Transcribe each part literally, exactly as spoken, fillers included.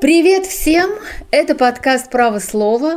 Привет всем! Это подкаст «Право слова».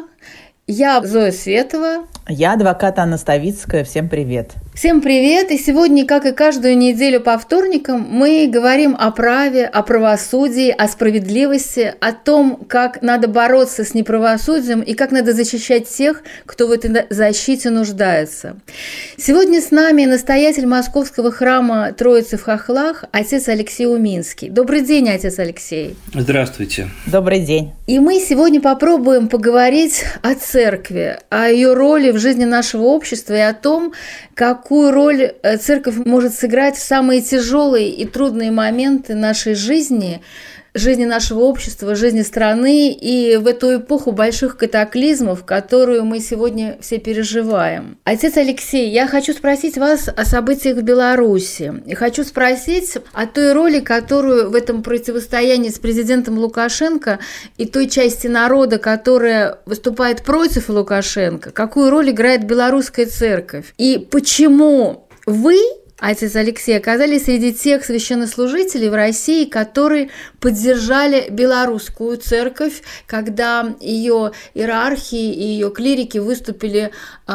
Я Зоя Светова. Я адвокат Анна Ставицкая. Всем привет. Всем привет! И сегодня, как и каждую неделю по вторникам, мы говорим о праве, о правосудии, о справедливости, о том, как надо бороться с неправосудием и как надо защищать тех, кто в этой защите нуждается. Сегодня с нами настоятель Московского храма Троицы в Хохлах, отец Алексей Уминский. Добрый день, отец Алексей. Здравствуйте. Добрый день. И мы сегодня попробуем поговорить о церкви, о ее роли в жизни нашего общества и о том, какую роль церковь может сыграть в самые тяжелые и трудные моменты нашей жизни, жизни нашего общества, жизни страны и в эту эпоху больших катаклизмов, которую мы сегодня все переживаем. Отец Алексей, я хочу спросить вас о событиях в Беларуси. И хочу спросить о той роли, которую в этом противостоянии с президентом Лукашенко и той части народа, которая выступает против Лукашенко, какую роль играет белорусская церковь. И почему вы, отец Алексей, оказались среди тех священнослужителей в России, которые поддержали белорусскую церковь, когда ее иерархи и ее клирики выступили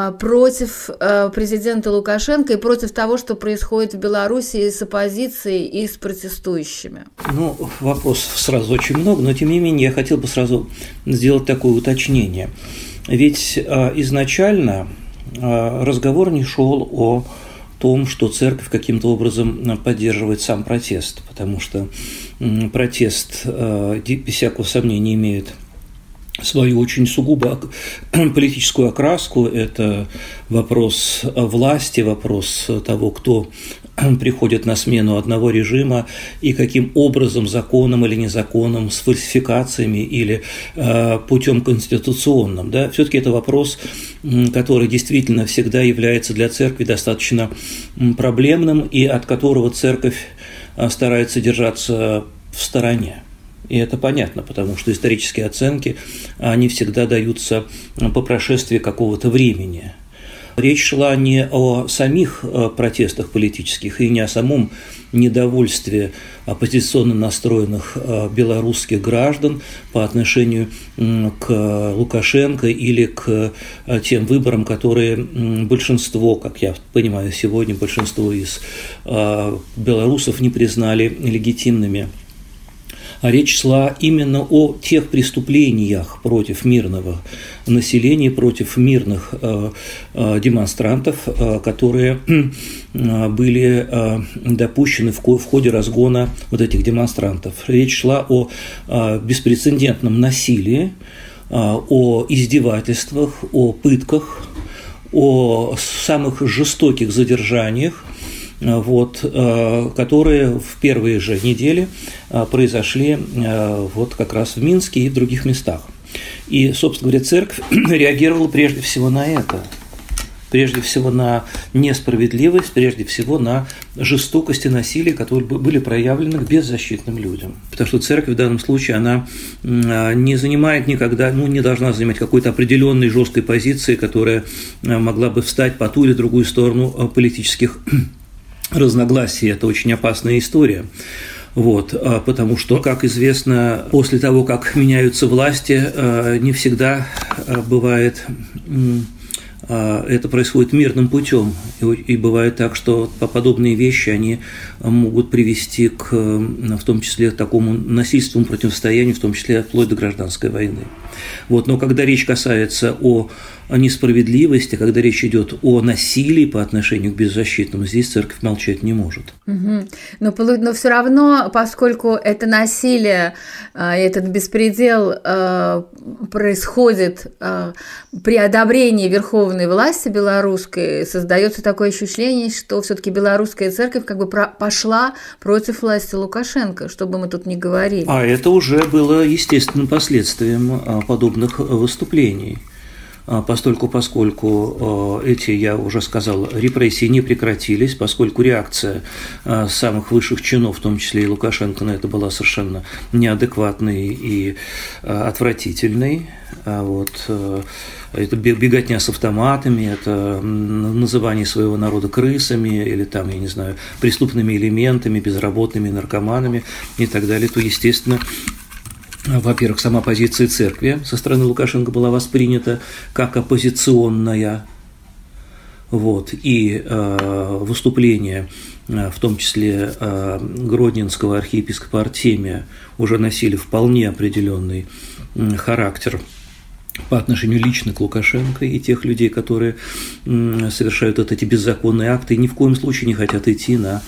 против президента Лукашенко и против того, что происходит в Беларуси с оппозицией и с протестующими. Ну, вопросов сразу очень много, но тем не менее я хотел бы сразу сделать такое уточнение. Ведь изначально разговор не шел о том, что церковь каким-то образом поддерживает сам протест, потому что протест, без всякого сомнения, имеет свою очень сугубо политическую окраску. Это вопрос власти, вопрос того, кто приходит на смену одного режима и каким образом, законом или незаконным, с фальсификациями или э, путем конституционным. Да? Все-таки это вопрос, который действительно всегда является для церкви достаточно проблемным и от которого церковь старается держаться в стороне. И это понятно, потому что исторические оценки, они всегда даются по прошествии какого-то времени. Речь шла не о самих протестах политических и не о самом недовольстве оппозиционно настроенных белорусских граждан по отношению к Лукашенко или к тем выборам, которые большинство, как я понимаю сегодня, большинство из белорусов не признали легитимными. А речь шла именно о тех преступлениях против мирного населения, против мирных э, э, демонстрантов, э, которые э, были э, допущены в, в ходе разгона вот этих демонстрантов. Речь шла о э, беспрецедентном насилии, э, о издевательствах, о пытках, о самых жестоких задержаниях, вот, которые в первые же недели произошли вот как раз в Минске и в других местах. И, собственно говоря, церковь реагировала прежде всего на это, прежде всего на несправедливость, прежде всего на жестокость и насилие, которые были проявлены к беззащитным людям. Потому что церковь в данном случае, она не занимает никогда, ну, не должна занимать какой-то определенной жесткой позиции, которая могла бы встать по ту или другую сторону политических разногласий. Это очень опасная история. Вот, потому что, как известно, после того, как меняются власти, не всегда бывает, это происходит мирным путем. И бывает так, что подобные вещи, они могут привести к, в том числе, к такому насильственному противостоянию, в том числе вплоть до гражданской войны. Вот, но когда речь касается о несправедливости, когда речь идет о насилии по отношению к беззащитным, здесь церковь молчать не может. Угу. Но, но все равно, поскольку это насилие, этот беспредел происходит при одобрении верховной власти белорусской, создается такое ощущение, что все-таки белорусская церковь как бы пошла против власти Лукашенко, что бы мы тут ни говорили. А это уже было естественным последствием подобных выступлений. Постольку, поскольку эти, я уже сказал, репрессии не прекратились, поскольку реакция самых высших чинов, в том числе и Лукашенко, на это была совершенно неадекватной и отвратительной. Вот. Это беготня с автоматами, это называние своего народа крысами или там, я не знаю, преступными элементами, безработными, наркоманами и так далее, то, естественно, во-первых, сама позиция церкви со стороны Лукашенко была воспринята как оппозиционная, вот, и э, выступления, в том числе э, гродненского архиепископа Артемия, уже носили вполне определенный э, характер по отношению лично к Лукашенко и тех людей, которые э, совершают вот эти беззаконные акты и ни в коем случае не хотят идти на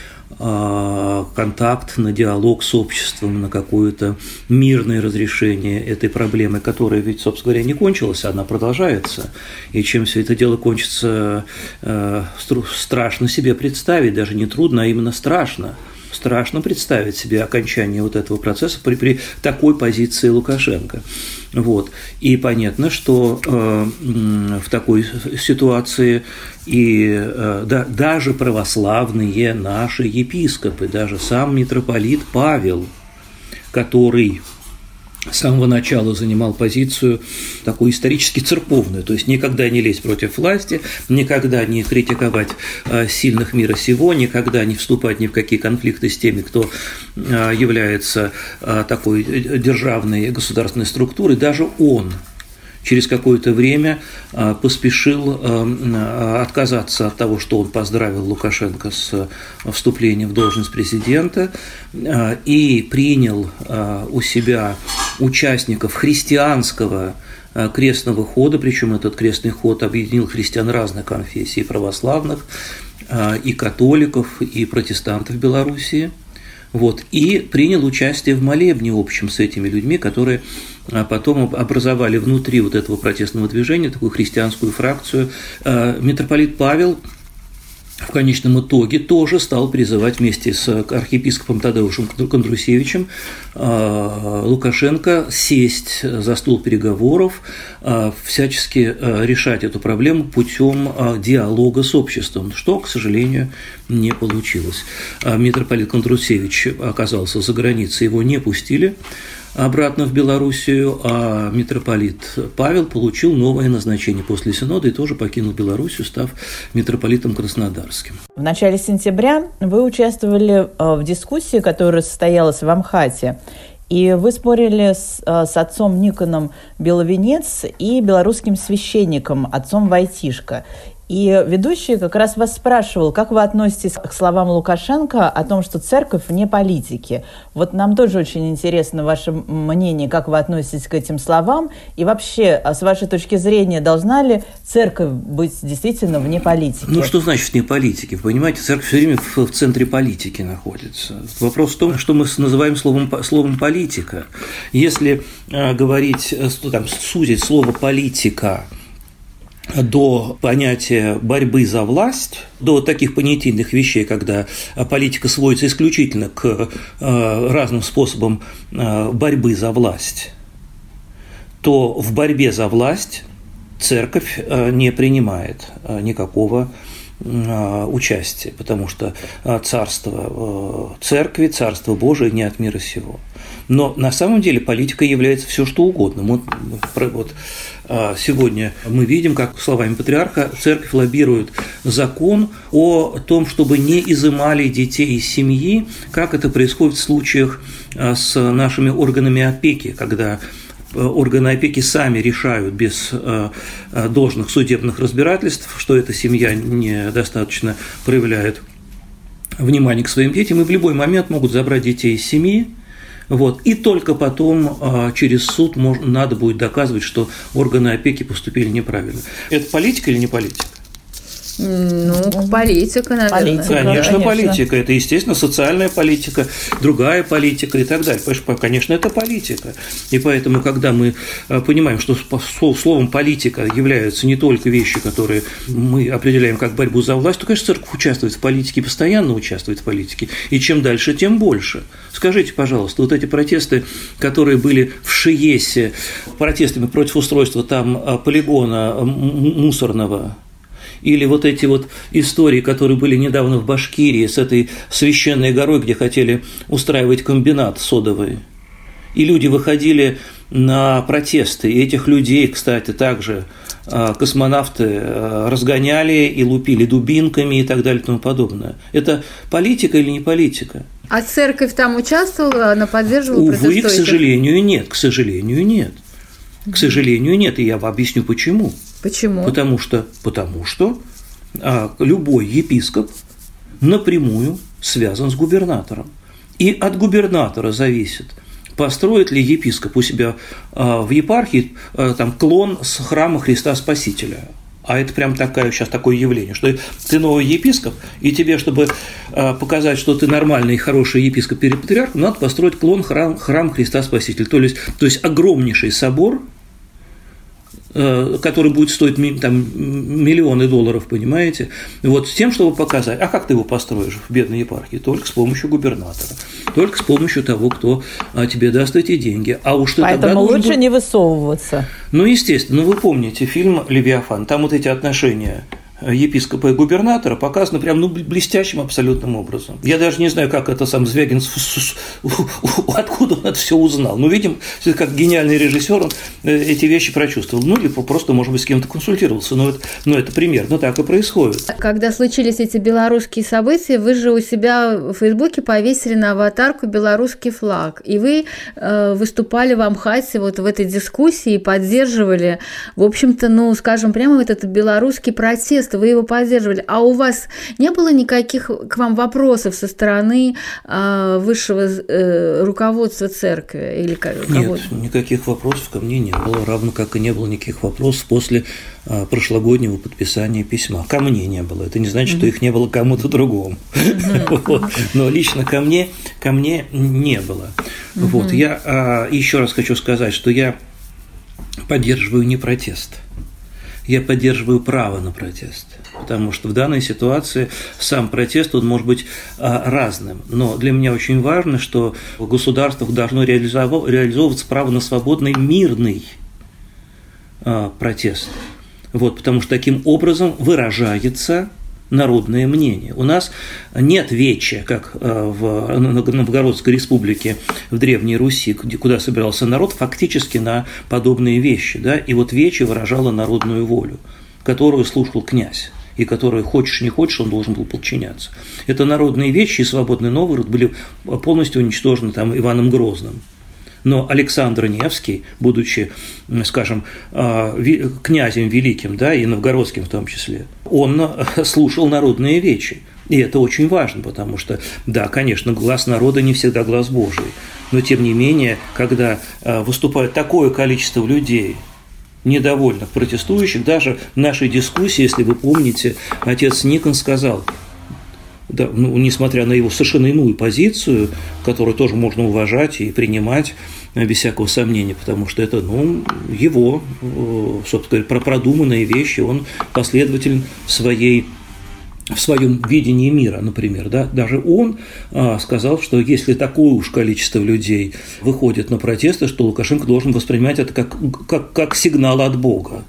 контакт, на диалог с обществом, на какое-то мирное разрешение этой проблемы, которая ведь, собственно говоря, не кончилась, она продолжается. И чем все это дело кончится, страшно себе представить, даже не трудно, а именно страшно. Страшно представить себе окончание вот этого процесса при, при такой позиции Лукашенко. Вот. И понятно, что э, в такой ситуации и э, да, даже православные наши епископы, даже сам митрополит Павел, который с самого начала занимал позицию такую исторически церковную, то есть никогда не лезть против власти, никогда не критиковать сильных мира сего, никогда не вступать ни в какие конфликты с теми, кто является такой державной государственной структурой, даже он через какое-то время поспешил отказаться от того, что он поздравил Лукашенко с вступлением в должность президента, и принял у себя участников христианского крестного хода, причем этот крестный ход объединил христиан разных конфессий, и православных, и католиков, и протестантов в Белоруссии. Вот, и принял участие в молебне общем с этими людьми, которые потом образовали внутри вот этого протестного движения такую христианскую фракцию. Митрополит Павел в конечном итоге тоже стал призывать вместе с архиепископом Тадеушем Кондрусевичем Лукашенко сесть за стол переговоров, всячески решать эту проблему путем диалога с обществом, что, к сожалению, не получилось. Митрополит Кондрусевич оказался за границей, его не пустили обратно в Белоруссию, а митрополит Павел получил новое назначение после синода и тоже покинул Белоруссию, став митрополитом краснодарским. В начале сентября вы участвовали в дискуссии, которая состоялась в Амхате, и вы спорили с, с отцом Никоном Беловенец и белорусским священником, отцом Войтишко. И ведущий как раз вас спрашивал, как вы относитесь к словам Лукашенко о том, что церковь вне политики. Вот нам тоже очень интересно ваше мнение, как вы относитесь к этим словам. И вообще, с вашей точки зрения, должна ли церковь быть действительно вне политики? Ну, что значит вне политики? Вы понимаете, церковь все время в, в центре политики находится. Вопрос в том, что мы называем словом, словом политика. Если э, говорить, там, сузить слово политика до понятия борьбы за власть, до таких понятийных вещей, когда политика сводится исключительно к разным способам борьбы за власть, то в борьбе за власть церковь не принимает никакого участия, потому что царство церкви, царство Божие не от мира сего. Но на самом деле политика является все что угодно. Вот, вот сегодня мы видим, как словами патриарха церковь лоббирует закон о том, чтобы не изымали детей из семьи, как это происходит в случаях с нашими органами опеки, когда органы опеки сами решают без должных судебных разбирательств, что эта семья недостаточно проявляет внимание к своим детям, и в любой момент могут забрать детей из семьи. Вот. И только потом а, через суд можно, надо будет доказывать, что органы опеки поступили неправильно. Это политика или не политика? Ну, политика, наверное. Политика, конечно, конечно, политика. Это, естественно, социальная политика, другая политика и так далее. Конечно, это политика. И поэтому, когда мы понимаем, что словом политика являются не только вещи, которые мы определяем как борьбу за власть, то, конечно, церковь участвует в политике, постоянно участвует в политике. И чем дальше, тем больше. Скажите, пожалуйста, вот эти протесты, которые были в Шиесе, протестами против устройства там полигона мусорного, или вот эти вот истории, которые были недавно в Башкирии с этой священной горой, где хотели устраивать комбинат содовый. И люди выходили на протесты. И этих людей, кстати, также космонавты разгоняли и лупили дубинками и так далее и тому подобное. Это политика или не политика? А церковь там участвовала, она поддерживала протестующих? Увы, к сожалению, нет, к сожалению, нет. К сожалению, нет, и я вам объясню почему. Почему? Потому что, потому что а, любой епископ напрямую связан с губернатором. И от губернатора зависит, построит ли епископ у себя а, в епархии а, там, клон с храма Христа Спасителя. А это прям такое, сейчас такое явление, что ты новый епископ, и тебе, чтобы а, показать, что ты нормальный и хороший епископ перед патриархом, надо построить клон храм, храм Христа Спасителя. То есть, то есть огромнейший собор, который будет стоить там, миллионы долларов, понимаете, вот с тем, чтобы показать, а как ты его построишь в бедной епархии? Только с помощью губернатора, только с помощью того, кто тебе даст эти деньги. А уж ты Поэтому лучше будет... не высовываться. Ну, естественно, ну, вы помните фильм «Левиафан», там вот эти отношения епископа и губернатора показано прям ну, блестящим абсолютным образом. Я даже не знаю, как это сам Звягин, откуда он это все узнал. Ну, видим, как гениальный режиссер, он эти вещи прочувствовал. Ну, или просто, может быть, с кем-то консультировался. Но это, но это примерно так и происходит. Когда случились эти белорусские события, вы же у себя в Фейсбуке повесили на аватарку белорусский флаг. И вы э, выступали в Амхате вот в этой дискуссии и поддерживали, в общем-то, ну, скажем, прямо этот белорусский протест. Вы его поддерживали. А у вас не было никаких к вам вопросов со стороны э, высшего э, руководства церкви? Или кого-то? Нет, никаких вопросов ко мне не было, равно как и не было никаких вопросов после э, прошлогоднего подписания письма. Ко мне не было. Это не значит, mm-hmm. что их не было кому-то другому. Mm-hmm. вот. Но лично ко мне, ко мне не было. Mm-hmm. Вот. Я э, еще раз хочу сказать, что я поддерживаю не протест. Я поддерживаю право на протест, потому что в данной ситуации сам протест, он может быть разным. Но для меня очень важно, что в государствах должно реализовываться право на свободный, мирный протест. Вот, потому что таким образом выражается народное мнение. У нас нет веча, как в Новгородской республике в Древней Руси, куда собирался народ, фактически на подобные вещи. Да? И вот вече выражало народную волю, которую слушал князь, и которую, хочешь не хочешь, он должен был подчиняться. Это народные вещи и свободный Новгород были полностью уничтожены там, Иваном Грозным. Но Александр Невский, будучи, скажем, князем великим, да, и новгородским в том числе, он слушал народные вечи. И это очень важно, потому что, да, конечно, глас народа не всегда глас Божий. Но, тем не менее, когда выступает такое количество людей, недовольных, протестующих, даже в нашей дискуссии, если вы помните, отец Никон сказал, да, ну, несмотря на его совершенно иную позицию, которую тоже можно уважать и принимать без всякого сомнения, потому что это, ну, его, собственно говоря, продуманные вещи, он последователь в своей в своем видении мира, например, да, даже он а, сказал, что если такое уж количество людей выходит на протесты, что Лукашенко должен воспринимать это как, как, как сигнал от Бога.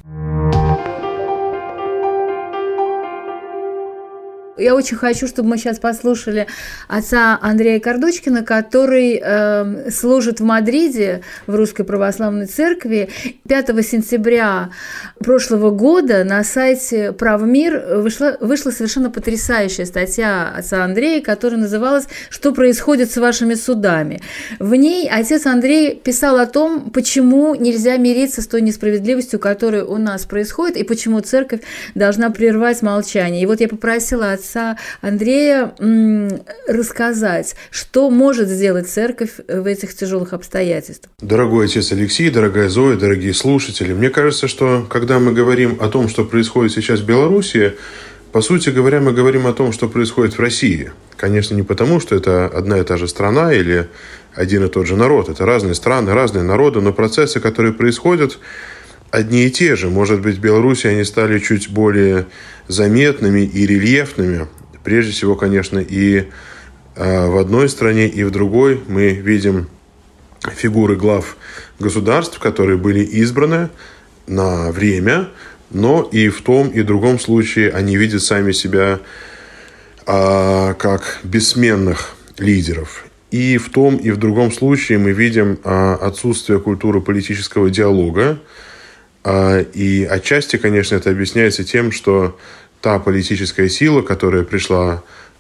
Я очень хочу, чтобы мы сейчас послушали отца Андрея Кардочкина, который э, служит в Мадриде в Русской Православной Церкви. пятого сентября прошлого года на сайте Правмир вышла, вышла совершенно потрясающая статья отца Андрея, которая называлась «Что происходит с вашими судами?». В ней отец Андрей писал о том, почему нельзя мириться с той несправедливостью, которая у нас происходит, и почему церковь должна прервать молчание. И вот я попросила отца отца Андрея рассказать, что может сделать церковь в этих тяжелых обстоятельствах. Дорогой отец Алексей, дорогая Зоя, дорогие слушатели, мне кажется, что когда мы говорим о том, что происходит сейчас в Беларуси, по сути говоря, мы говорим о том, что происходит в России. Конечно, не потому, что это одна и та же страна или один и тот же народ. Это разные страны, разные народы, но процессы, которые происходят, одни и те же. Может быть, в Беларуси они стали чуть более заметными и рельефными. Прежде всего, конечно, и э, в одной стране, и в другой мы видим фигуры глав государств, которые были избраны на время, но и в том и другом случае они видят сами себя э, как бессменных лидеров. И в том и в другом случае мы видим э, отсутствие культуры политического диалога. И отчасти, конечно, это объясняется тем, что та политическая сила, которая пришла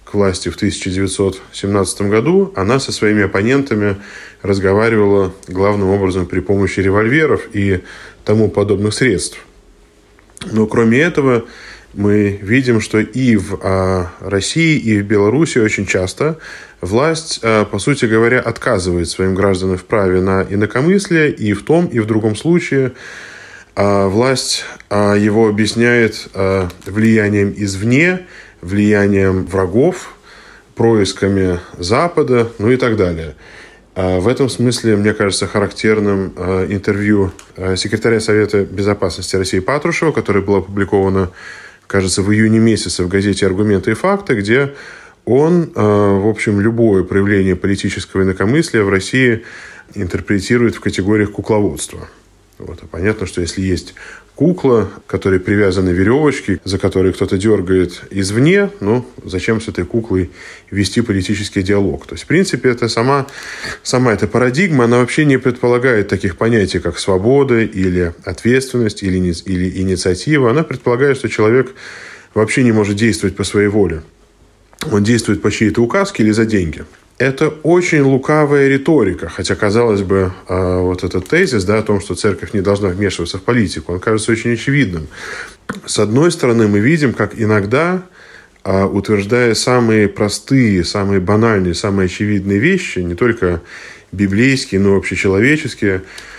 к власти в тысяча девятьсот семнадцатом году, она со своими оппонентами разговаривала главным образом при помощи револьверов и тому подобных средств. Но кроме этого, мы видим, что и в а, России, и в Беларуси очень часто власть, а, по сути говоря, отказывает своим гражданам в праве на инакомыслие, и в том, и в другом случае а, власть а, его объясняет а, влиянием извне, влиянием врагов, происками Запада, ну и так далее. А, в этом смысле, мне кажется, характерным а, интервью а, секретаря Совета Безопасности России Патрушева, которое было опубликовано, кажется, в июне месяце в газете «Аргументы и факты», где он, в общем, любое проявление политического инакомыслия в России интерпретирует в категориях кукловодства. Вот. А понятно, что если есть кукла, к которой привязаны веревочки, за которые кто-то дергает извне, ну, зачем с этой куклой вести политический диалог? То есть, в принципе, это сама, сама эта парадигма, она вообще не предполагает таких понятий, как свобода или ответственность, или, или инициатива. Она предполагает, что человек вообще не может действовать по своей воле. Он действует по чьей-то указке или за деньги. Это очень лукавая риторика, хотя, казалось бы, вот этот тезис, да, о том, что церковь не должна вмешиваться в политику, он кажется очень очевидным. С одной стороны, мы видим, как иногда, утверждая самые простые, самые банальные, самые очевидные вещи, не только библейские, но и общечеловеческие,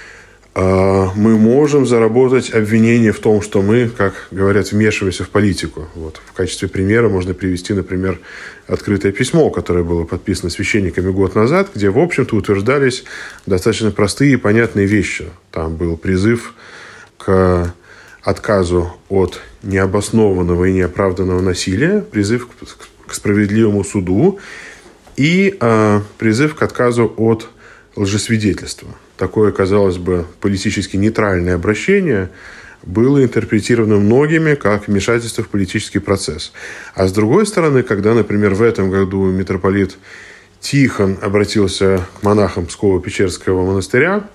мы можем заработать обвинение в том, что мы, как говорят, вмешиваемся в политику. Вот. В качестве примера можно привести, например, открытое письмо, которое было подписано священниками год назад, где, в общем-то, утверждались достаточно простые и понятные вещи. Там был призыв к отказу от необоснованного и неоправданного насилия, призыв к справедливому суду и э, призыв к отказу от лжесвидетельства. Такое, казалось бы, политически нейтральное обращение было интерпретировано многими как вмешательство в политический процесс. А с другой стороны, когда, например, в этом году митрополит Тихон обратился к монахам Псково-Печерского монастыря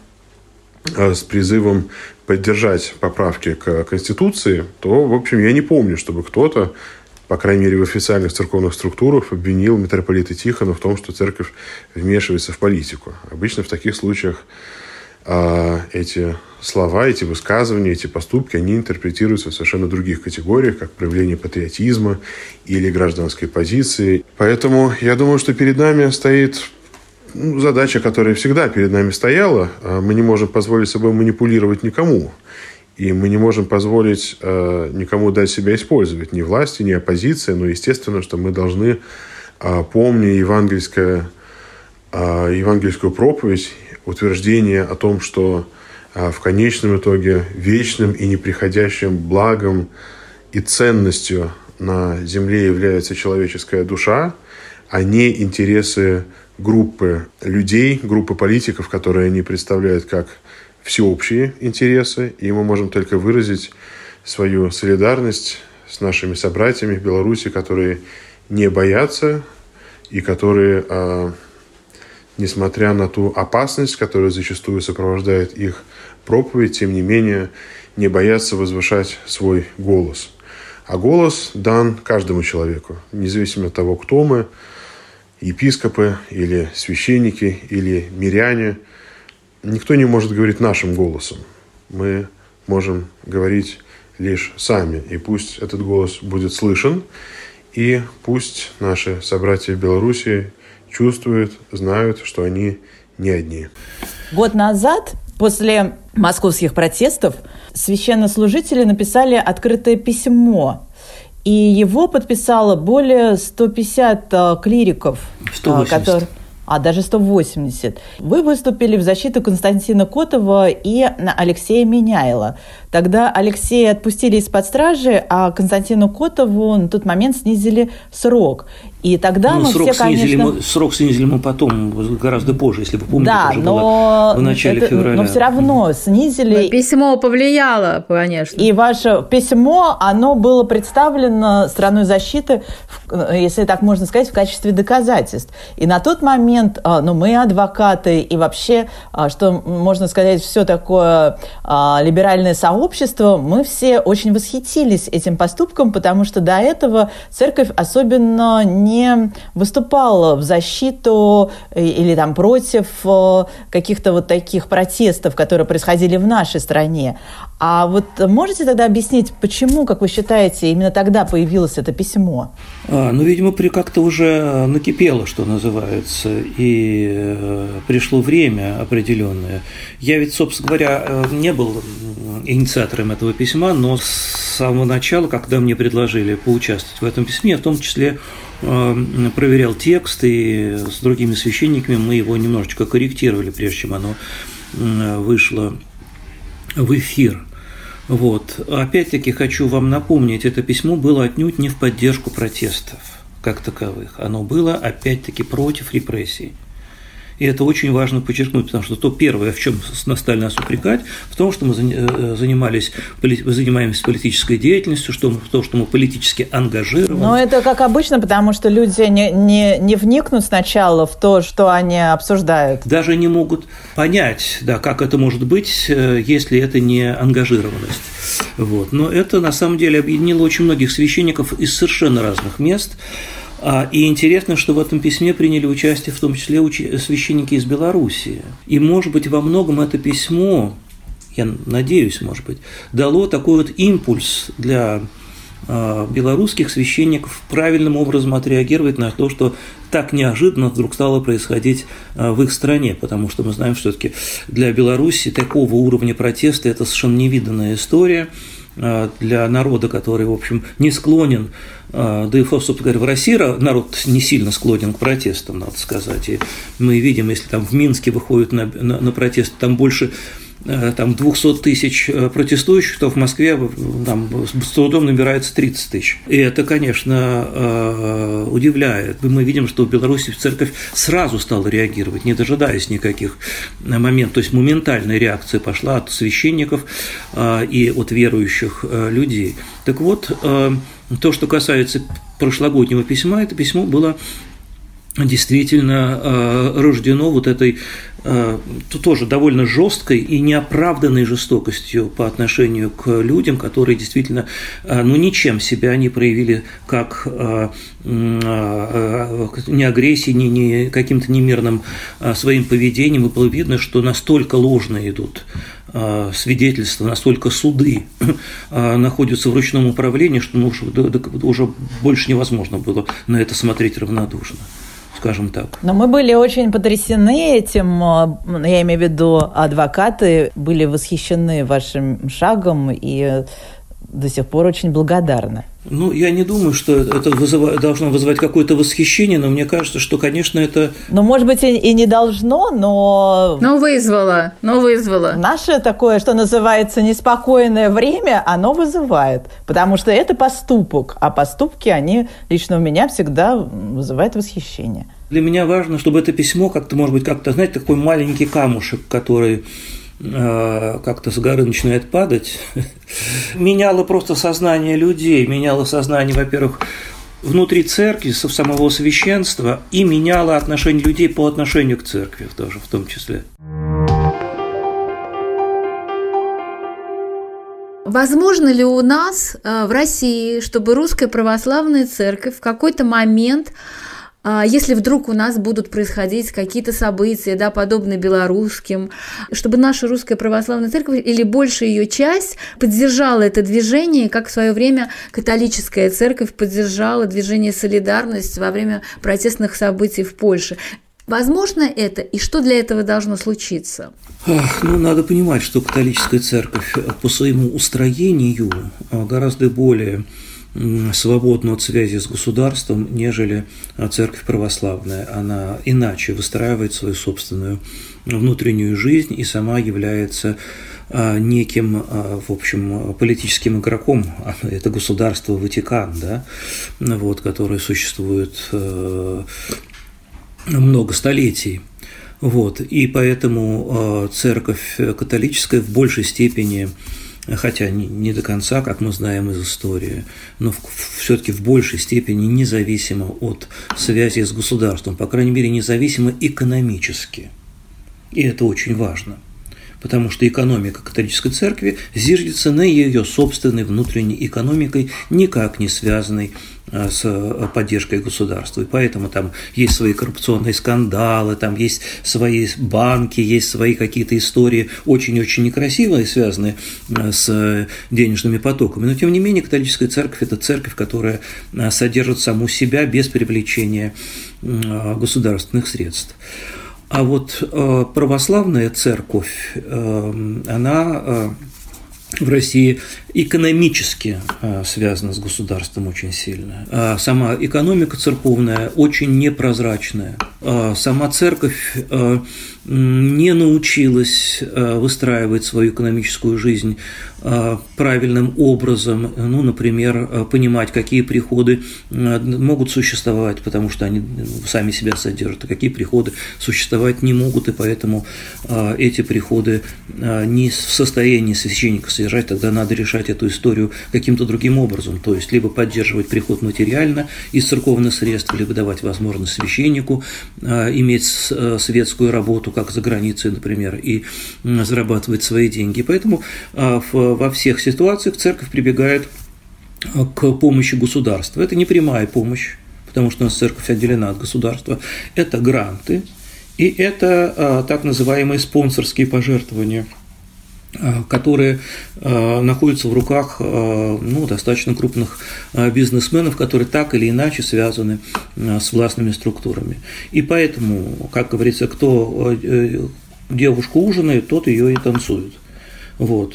с призывом поддержать поправки к Конституции, то, в общем, я не помню, чтобы кто-то, по крайней мере, в официальных церковных структурах обвинил митрополита Тихона в том, что церковь вмешивается в политику. Обычно в таких случаях э, эти слова, эти высказывания, эти поступки, они интерпретируются в совершенно других категориях, как проявление патриотизма или гражданской позиции. Поэтому я думаю, что перед нами стоит ну, задача, которая всегда перед нами стояла. Мы не можем позволить собой манипулировать никому. И мы не можем позволить э, никому дать себя использовать. Ни власти, ни оппозиции. Но естественно, что мы должны, э, помня евангельское, э, евангельскую проповедь, утверждение о том, что э, в конечном итоге вечным и неприходящим благом и ценностью на земле является человеческая душа, а не интересы группы людей, группы политиков, которые они представляют как всеобщие интересы, и мы можем только выразить свою солидарность с нашими собратьями в Беларуси, которые не боятся и которые, э, несмотря на ту опасность, которая зачастую сопровождает их проповедь, тем не менее не боятся возвышать свой голос. А голос дан каждому человеку, независимо от того, кто мы, епископы или священники или миряне. Никто не может говорить нашим голосом. Мы можем говорить лишь сами. И пусть этот голос будет слышен, и пусть наши собратья в Беларуси чувствуют, знают, что они не одни. Год назад, после московских протестов, священнослужители написали открытое письмо. И его подписало более сто пятьдесят клириков. сто восемьдесят. Которые... А, даже сто восемьдесят. Вы выступили в защиту Константина Котова и Алексея Меняйла. Тогда Алексея отпустили из-под стражи, а Константину Котову на тот момент снизили срок. И тогда ну, мы срок все, снизили конечно... мы, срок снизили мы потом, гораздо позже, если вы помните, да, это уже но... было в начале это... февраля. Но все равно снизили. Письмо повлияло, конечно. И ваше письмо, оно было представлено стороной защиты, если так можно сказать, в качестве доказательств. И на тот момент, ну, мы адвокаты, и вообще, что можно сказать, все такое либеральное сообщество, мы все очень восхитились этим поступком, потому что до этого церковь особенно не не выступал в защиту или там против каких-то вот таких протестов, которые происходили в нашей стране. А вот можете тогда объяснить, почему, как вы считаете, именно тогда появилось это письмо? А, ну, видимо, как-то уже накипело, что называется, и пришло время определенное. Я ведь, собственно говоря, не был инициатором этого письма, но с самого начала, когда мне предложили поучаствовать в этом письме, я в том числе проверял текст, и с другими священниками мы его немножечко корректировали, прежде чем оно вышло в эфир. Вот. Опять-таки хочу вам напомнить, это письмо было отнюдь не в поддержку протестов как таковых. Оно было, опять-таки, против репрессий. И это очень важно подчеркнуть, потому что то первое, в чем стали нас упрекать, в том, что мы занимались, занимаемся политической деятельностью, что, в том, что мы политически ангажированы. Но это как обычно, потому что люди не, не, не вникнут сначала в то, что они обсуждают. Даже не могут понять, да, как это может быть, если это не ангажированность. Вот. Но это на самом деле объединило очень многих священников из совершенно разных мест. И интересно, что в этом письме приняли участие в том числе священники из Белоруссии. И, может быть, во многом это письмо, я надеюсь, может быть, дало такой вот импульс для белорусских священников правильным образом отреагировать на то, что так неожиданно вдруг стало происходить в их стране, потому что мы знаем, что все-таки для Беларуси такого уровня протеста это совершенно невиданная история. Для народа, который, в общем, не склонен, да и, собственно говоря, в России народ не сильно склонен к протестам, надо сказать. И мы видим, если там в Минске выходят на, на, на протесты, там больше там, двести тысяч протестующих, то в Москве там, с трудом набирается тридцать тысяч. И это, конечно, удивляет. Мы видим, что в Беларуси церковь сразу стала реагировать, не дожидаясь никаких моментов. То есть моментальная реакция пошла от священников и от верующих людей. Так вот, то, что касается прошлогоднего письма, это письмо было действительно рождено вот этой тоже довольно жесткой и неоправданной жестокостью по отношению к людям, которые действительно ну, ничем себя не проявили как ни агрессией, ни, ни каким-то немирным своим поведением. И было видно, что настолько ложно идут свидетельства, настолько суды находятся в ручном управлении, что ну, уже больше невозможно было на это смотреть равнодушно. Скажем так. Но мы были очень потрясены этим, я имею в виду, адвокаты были восхищены вашим шагом и до сих пор очень благодарны. Ну, я не думаю, что это вызывает, должно вызывать какое-то восхищение, но мне кажется, что, конечно, это… Ну, может быть, и, и не должно, но… Но вызвало, но вызвало. Наше такое, что называется, неспокойное время, оно вызывает, потому что это поступок, а поступки, они лично у меня всегда вызывают восхищение. Для меня важно, чтобы это письмо как-то, может быть, как-то, знаете, такой маленький камушек, который… как-то с горы начинает падать, меняло просто сознание людей, меняло сознание, во-первых, внутри церкви, самого священства, и меняло отношение людей по отношению к церкви тоже, в том числе. Возможно ли у нас в России, чтобы Русская Православная Церковь в какой-то момент, если вдруг у нас будут происходить какие-то события, да, подобные белорусским, чтобы наша Русская Православная Церковь или большая ее часть поддержала это движение, как в свое время католическая церковь поддержала движение «Солидарность» во время протестных событий в Польше? Возможно это, и что для этого должно случиться? Ах, ну, надо понимать, что католическая церковь по своему устроению гораздо более свободна от связи с государством, нежели церковь православная. Она иначе выстраивает свою собственную внутреннюю жизнь и сама является неким, в общем, политическим игроком. Это государство Ватикан, да, вот, которое существует много столетий. Вот, и поэтому церковь католическая в большей степени, хотя не до конца, как мы знаем из истории, но все-таки в большей степени независимо от связи с государством, по крайней мере, независимо экономически. И это очень важно, потому что экономика католической церкви зиждется на ее собственной внутренней экономикой, никак не связанной с поддержкой государства. И поэтому там есть свои коррупционные скандалы, там есть свои банки, есть свои какие-то истории очень-очень некрасивые, связанные с денежными потоками. Но, тем не менее, католическая церковь – это церковь, которая содержит саму себя без привлечения государственных средств. А вот православная церковь, она в России экономически связана с государством очень сильно. А сама экономика церковная очень непрозрачная. А сама церковь не научилась выстраивать свою экономическую жизнь правильным образом, ну, например, понимать, какие приходы могут существовать, потому что они сами себя содержат, а какие приходы существовать не могут, и поэтому эти приходы не в состоянии священника содержать, тогда надо решать эту историю каким-то другим образом, то есть либо поддерживать приход материально из церковных средств, либо давать возможность священнику иметь светскую работу, как за границей, например, и зарабатывать свои деньги. Поэтому во всех ситуациях церковь прибегает к помощи государства. Это не прямая помощь, потому что у нас церковь отделена от государства. Это гранты и это так называемые спонсорские пожертвования, которые находятся в руках, ну, достаточно крупных бизнесменов, которые так или иначе связаны с властными структурами. И поэтому, как говорится, кто девушку ужинает, тот ее и танцует. Вот.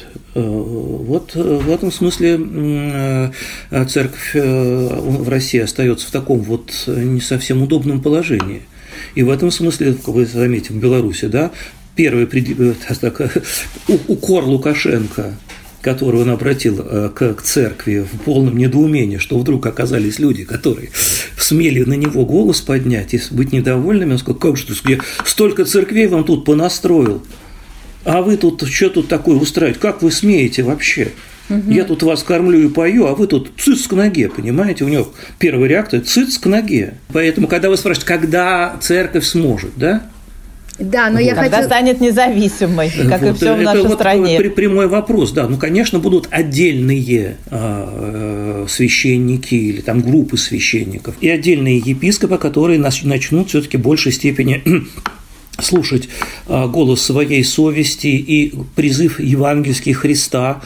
Вот в этом смысле церковь в России остается в таком вот не совсем удобном положении. И в этом смысле, как вы заметите, в Беларуси, да, первый так, укор Лукашенко, который он обратил к, к церкви в полном недоумении, что вдруг оказались люди, которые смели на него голос поднять и быть недовольными, он сказал: как же ты, столько церквей вам тут понастроил, а вы тут что тут такое устраиваете, как вы смеете вообще? Угу. Я тут вас кормлю и пою, а вы тут цыц к ноге, понимаете? У него первая реакция – цыц к ноге. Поэтому, когда вы спрашиваете, когда церковь сможет, да? Да, но вот. я Когда хочу... станет независимой, как вот, и все в нашей это стране. Вот прямой вопрос, да. Ну, конечно, будут отдельные э, священники или там группы священников и отдельные епископы, которые начнут все-таки в большей степени слушать голос своей совести и призыв евангельский Христа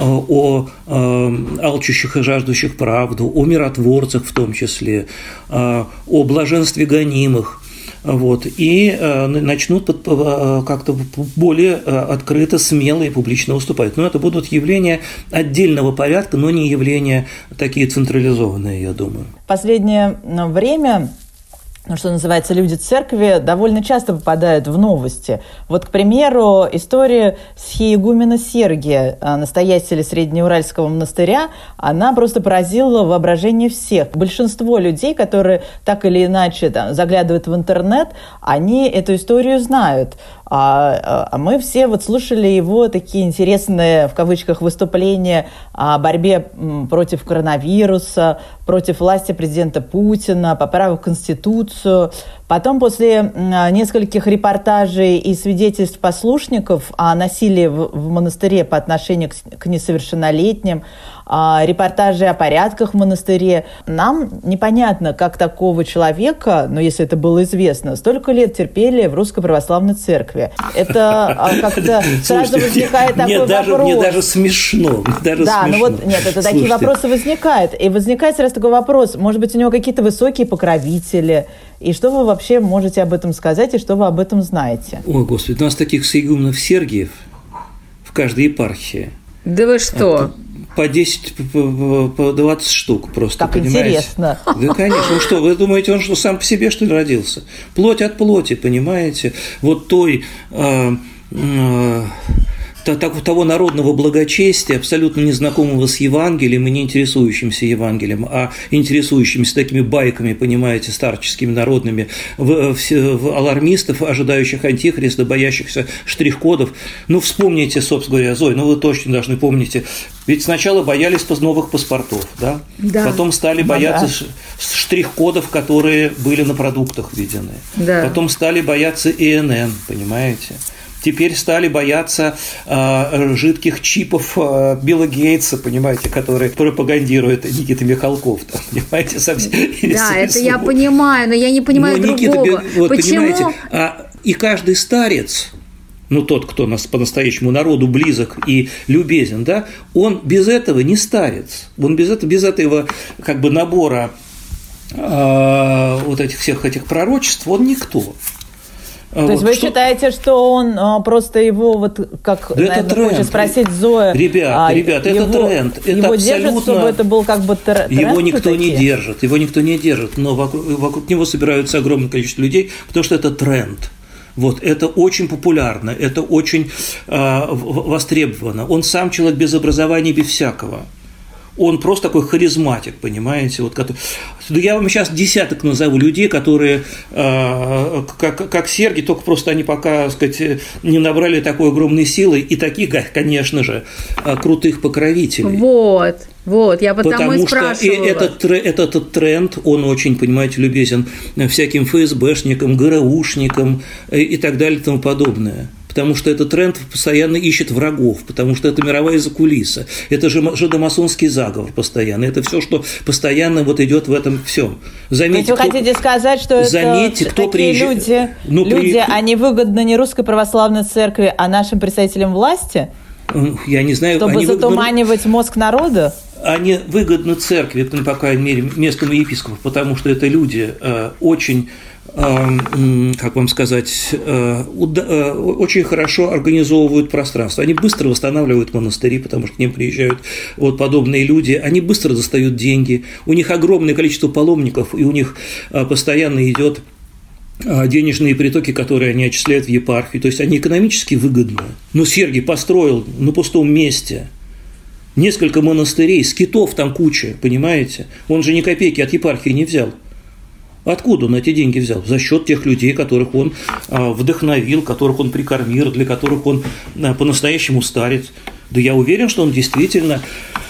о алчущих и жаждущих правду, о миротворцах в том числе, о блаженстве гонимых. Вот, и начнут как-то более открыто, смело и публично выступать. Но это будут явления отдельного порядка, но не явления такие централизованные, я думаю. В последнее время, ну, что называется, люди церкви довольно часто попадают в новости. Вот, к примеру, история схиегумена Сергия, настоятеля Среднеуральского монастыря, она просто поразила воображение всех. Большинство людей, которые так или иначе там заглядывают в интернет, они эту историю знают. А, а мы все вот слушали его такие интересные, в кавычках, выступления о борьбе против коронавируса, против власти президента Путина, поправок в Конституцию. Потом, после нескольких репортажей и свидетельств послушников о насилии в монастыре по отношению к несовершеннолетним, репортажи о порядках в монастыре, нам непонятно, как такого человека, но если это было известно, столько лет терпели в Русской Православной Церкви. Это как-то сразу возникает такой вопрос. Мне даже смешно. Да, ну вот, нет, это такие вопросы возникают. И возникает сразу такой вопрос, может быть, у него какие-то высокие покровители, и что вы вообще можете об этом сказать, и что вы об этом знаете? Ой, Господи, у нас таких схиегуменов Сергиев в каждой епархии. Да вы что? По десять, по двадцать штук просто, как понимаете? Интересно. Да, конечно. Ну что, вы думаете, он что, сам по себе, что ли, родился? Плоть от плоти, понимаете? Вот той... Э, э, того народного благочестия, абсолютно незнакомого с Евангелием и не интересующимся Евангелием, а интересующимся такими байками, понимаете, старческими, народными, в, в, в алармистов, ожидающих антихриста, боящихся штрих-кодов. Ну, вспомните, собственно говоря, Зой, ну вы точно должны помните, ведь сначала боялись новых паспортов, да? Да. Потом стали бояться да, да. штрих-кодов, которые были на продуктах введены. Да. Потом стали бояться ИНН, понимаете? теперь стали бояться э, жидких чипов э, Билла Гейтса, понимаете, который пропагандирует Никита Михалков, там, понимаете, совсем. Да, это я понимаю, но я не понимаю но другого. Никита, вот, почему? Понимаете, а, и каждый старец, ну, тот, кто нас по-настоящему народу близок и любезен, да, он без этого не старец, он без этого, без этого как бы набора э, вот этих всех этих пророчеств, он никто. То вот, есть вы что... считаете, что он а, просто его, вот как, да, наверное, тренд. Хочет спросить Зоя. Ребят, а, ребят, его, это тренд. Это его абсолютно... держат, чтобы это был как бы тренд? Его никто такие? не держит, его никто не держит, но вокруг, вокруг него собираются огромное количество людей, потому что это тренд. Вот, это очень популярно, это очень э, востребовано. Он сам человек без образования, без всякого. Он просто такой харизматик, понимаете? Вот, который... Я вам сейчас десяток назову людей, которые, э, как, как Сергий, только просто они пока, так сказать, не набрали такой огромной силы, и таких, конечно же, крутых покровителей. Вот, вот, я потому, потому и спрашивала. Потому что этот, этот, этот тренд, он очень, понимаете, любезен всяким эф эс бэшникам, ГРУшникам и так далее и тому подобное. Потому что этот тренд постоянно ищет врагов, потому что это мировая закулиса, это же жидомасонский заговор постоянно, это все, что постоянно вот идет в этом всем. Заметьте, вы кто, хотите сказать, что заметьте, это кто такие приезжает, люди, ну, люди при... они выгодны не Русской Православной Церкви, а нашим представителям власти? Я не знаю, чтобы они затуманивать выгодны... мозг народа? Они выгодны церкви, по крайней мере, местному епископу, потому что это люди э, очень... как вам сказать, очень хорошо организовывают пространство. Они быстро восстанавливают монастыри, потому что к ним приезжают вот подобные люди. Они быстро достают деньги. У них огромное количество паломников, и у них постоянно идет денежные притоки, которые они отчисляют в епархию. То есть они экономически выгодны. Но Сергий построил на пустом месте несколько монастырей, скитов там куча, понимаете? Он же ни копейки от епархии не взял. Откуда он эти деньги взял? За счет тех людей, которых он вдохновил, которых он прикормил, для которых он по-настоящему старец. Да я уверен, что он действительно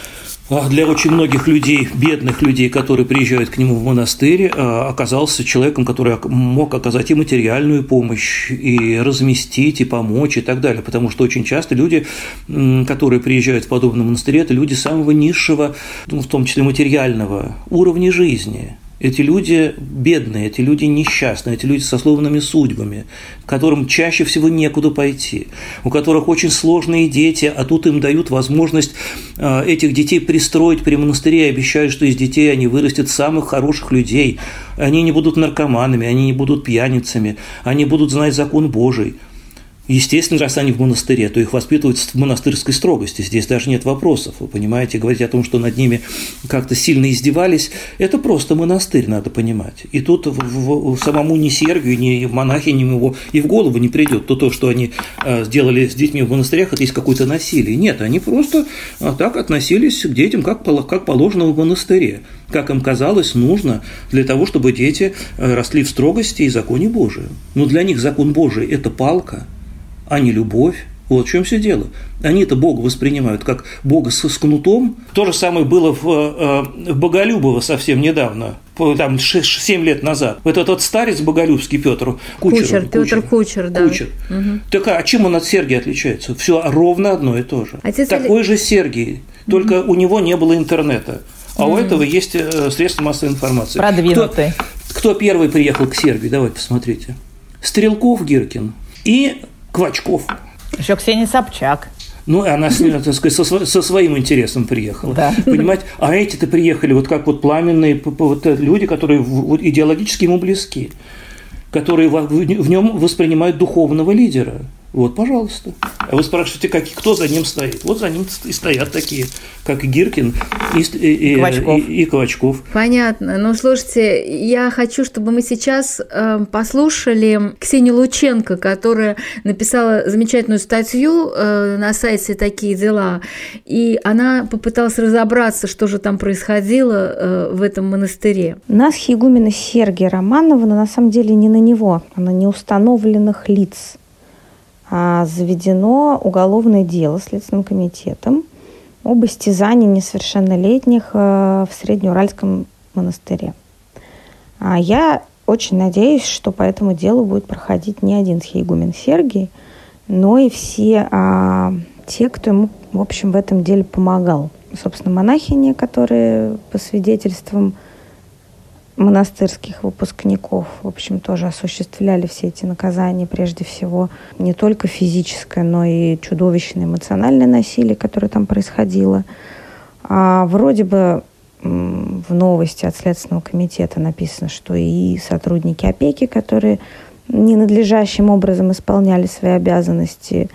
для очень многих людей, бедных людей, которые приезжают к нему в монастырь, оказался человеком, который мог оказать и материальную помощь, и разместить, и помочь, и так далее. Потому что очень часто люди, которые приезжают в подобные монастыри, это люди самого низшего, в том числе материального уровня жизни. Эти люди бедные, эти люди несчастные, эти люди со сломанными судьбами, которым чаще всего некуда пойти, у которых очень сложные дети, а тут им дают возможность этих детей пристроить при монастыре и обещают, что из детей они вырастят самых хороших людей. Они не будут наркоманами, они не будут пьяницами, они будут знать закон Божий. Естественно, раз они в монастыре, то их воспитывают в монастырской строгости. Здесь даже нет вопросов. Вы понимаете, говорить о том, что над ними как-то сильно издевались, это просто монастырь, надо понимать. И тут в, в, в самому ни Сергию, ни монахиням его и в голову не придет то, то, что они сделали с детьми в монастырях, это есть какое-то насилие. Нет, они просто так относились к детям, как, как положено в монастыре. Как им казалось, нужно для того, чтобы дети росли в строгости и законе Божием. Но для них закон Божий – это палка, а не любовь. Вот в чем все дело. Они-то Бога воспринимают как Бога с, с кнутом. То же самое было в, в Боголюбово совсем недавно, там семь лет назад. Вот этот старец боголюбский Петр Кучер. Кучер, Петр Кучер, да. Кучер. Угу. Так а чем он от Сергия отличается? Все ровно одно и то же. Отец Такой Али... же Сергий, только угу. у него не было интернета. А угу. у этого есть средства массовой информации. Продвинутый. Кто, кто первый приехал к Сергию? Давайте посмотрите. Стрелков, Гиркин и Квачков. Еще Ксения Собчак. Ну, она, так сказать, со, со своим интересом приехала. Да. Понимаете? А эти-то приехали вот как вот пламенные вот, люди, которые вот, идеологически ему близки, которые в, в нем воспринимают духовного лидера. Вот, пожалуйста. А вы спрашиваете, как, кто за ним стоит? Вот за ним и стоят такие, как и Гиркин и, и, Квачков. и, и Квачков. Понятно. Ну, слушайте, я хочу, чтобы мы сейчас э, послушали Ксению Лученко, которая написала замечательную статью э, на сайте «Такие дела», и она попыталась разобраться, что же там происходило э, в этом монастыре. На схиегумена Сергия Романова, но на самом деле не на него, а на неустановленных лиц заведено уголовное дело Следственным комитетом об истязании несовершеннолетних в Среднеуральском монастыре. Я очень надеюсь, что по этому делу будет проходить не один схиегумен Сергий, но и все а, те, кто ему, в общем, в этом деле помогал. Собственно, монахини, которые по свидетельствам монастырских выпускников, в общем, тоже осуществляли все эти наказания, прежде всего, не только физическое, но и чудовищное эмоциональное насилие, которое там происходило. А вроде бы в новости от Следственного комитета написано, что и сотрудники опеки, которые ненадлежащим образом исполняли свои обязанности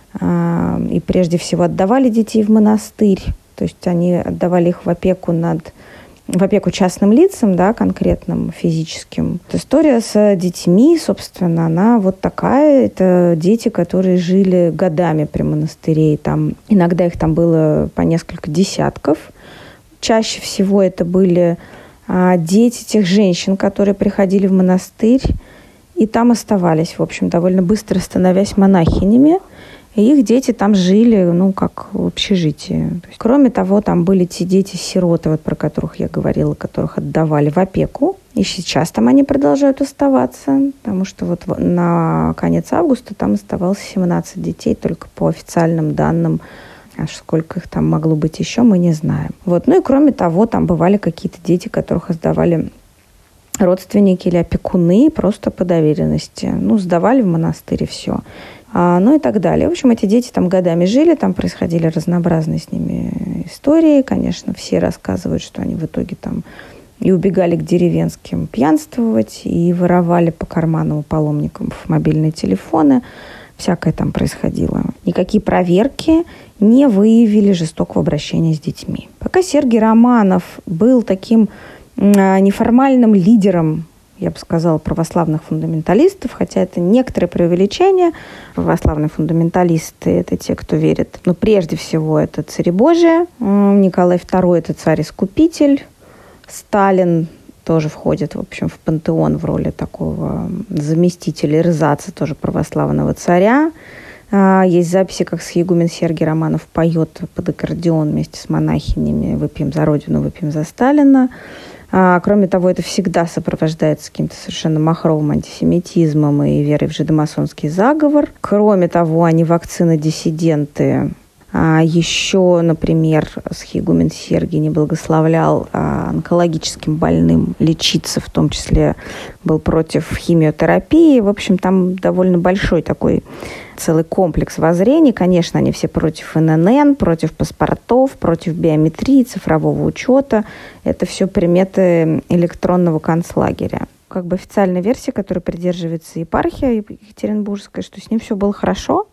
и прежде всего отдавали детей в монастырь, то есть они отдавали их в опеку над в опеку частным лицам, да, конкретным, физическим. История с детьми, собственно, она вот такая. Это дети, которые жили годами при монастыре. И там, иногда их там было по несколько десятков. Чаще всего это были а, дети тех женщин, которые приходили в монастырь и там оставались, в общем, довольно быстро становясь монахинями. И их дети там жили, ну, как в общежитии. То есть, кроме того, там были те дети-сироты, вот, про которых я говорила, которых отдавали в опеку. И сейчас там они продолжают оставаться, потому что вот на конец августа там оставалось семнадцать детей, только по официальным данным. А сколько их там могло быть еще, мы не знаем. Вот. Ну и кроме того, там бывали какие-то дети, которых сдавали родственники или опекуны просто по доверенности. Ну, сдавали в монастырь и все. А, ну и так далее. В общем, эти дети там годами жили, там происходили разнообразные с ними истории. Конечно, все рассказывают, что они в итоге там и убегали к деревенским пьянствовать, и воровали по карманам у паломников мобильные телефоны. Всякое там происходило. Никакие проверки не выявили жестокого обращения с детьми. Пока Сергий Романов был таким э, неформальным лидером, я бы сказала, православных фундаменталистов, хотя это некоторое преувеличение. Православные фундаменталисты – это те, кто верит. Но прежде всего это Царедбожие. Николай второй – это царь-искупитель. Сталин тоже входит, в общем, в пантеон в роли такого заместителя эрзаца, тоже православного царя. Есть записи, как схиегумен Сергий Романов поет под аккордеон вместе с монахинями «Выпьем за Родину, выпьем за Сталина». А, кроме того, это всегда сопровождается каким-то совершенно махровым антисемитизмом и верой в жидомасонский заговор. Кроме того, они вакцины-диссиденты. А, еще, например, схиегумен Сергий не благословлял а, онкологическим больным лечиться, в том числе был против химиотерапии. В общем, там довольно большой такой целый комплекс воззрений. Конечно, они все против эн эн эн, против паспортов, против биометрии, цифрового учета. Это все приметы электронного концлагеря. Как бы официальная версия, которой придерживается епархия екатеринбургская, что с ним все было хорошо,